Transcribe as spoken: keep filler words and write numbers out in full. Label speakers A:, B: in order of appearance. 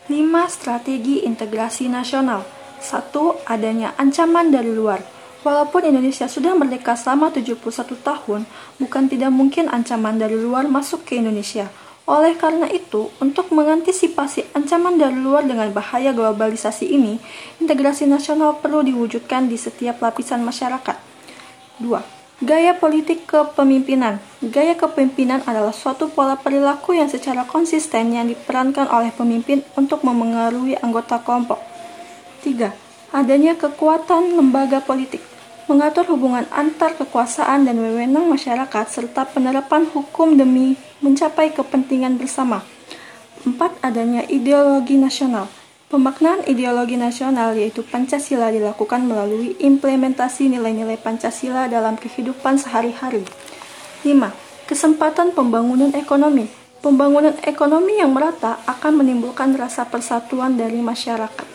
A: lima. Strategi integrasi nasional. satu. Adanya ancaman dari luar. Walaupun Indonesia sudah merdeka selama tujuh puluh satu tahun, bukan tidak mungkin ancaman dari luar masuk ke Indonesia. Oleh karena itu, untuk mengantisipasi ancaman dari luar dengan bahaya globalisasi ini, integrasi nasional perlu diwujudkan di setiap lapisan masyarakat. dua. Gaya politik kepemimpinan. Gaya kepemimpinan adalah suatu pola perilaku yang secara konsisten yang diperankan oleh pemimpin untuk memengaruhi anggota kelompok. tiga. Adanya kekuatan lembaga politik. Mengatur hubungan antar kekuasaan dan wewenang masyarakat serta penerapan hukum demi mencapai kepentingan bersama. empat. Adanya ideologi nasional. Pemaknaan ideologi nasional yaitu Pancasila dilakukan melalui implementasi nilai-nilai Pancasila dalam kehidupan sehari-hari. lima. Kesempatan pembangunan ekonomi. Pembangunan ekonomi yang merata akan menimbulkan rasa persatuan dari masyarakat.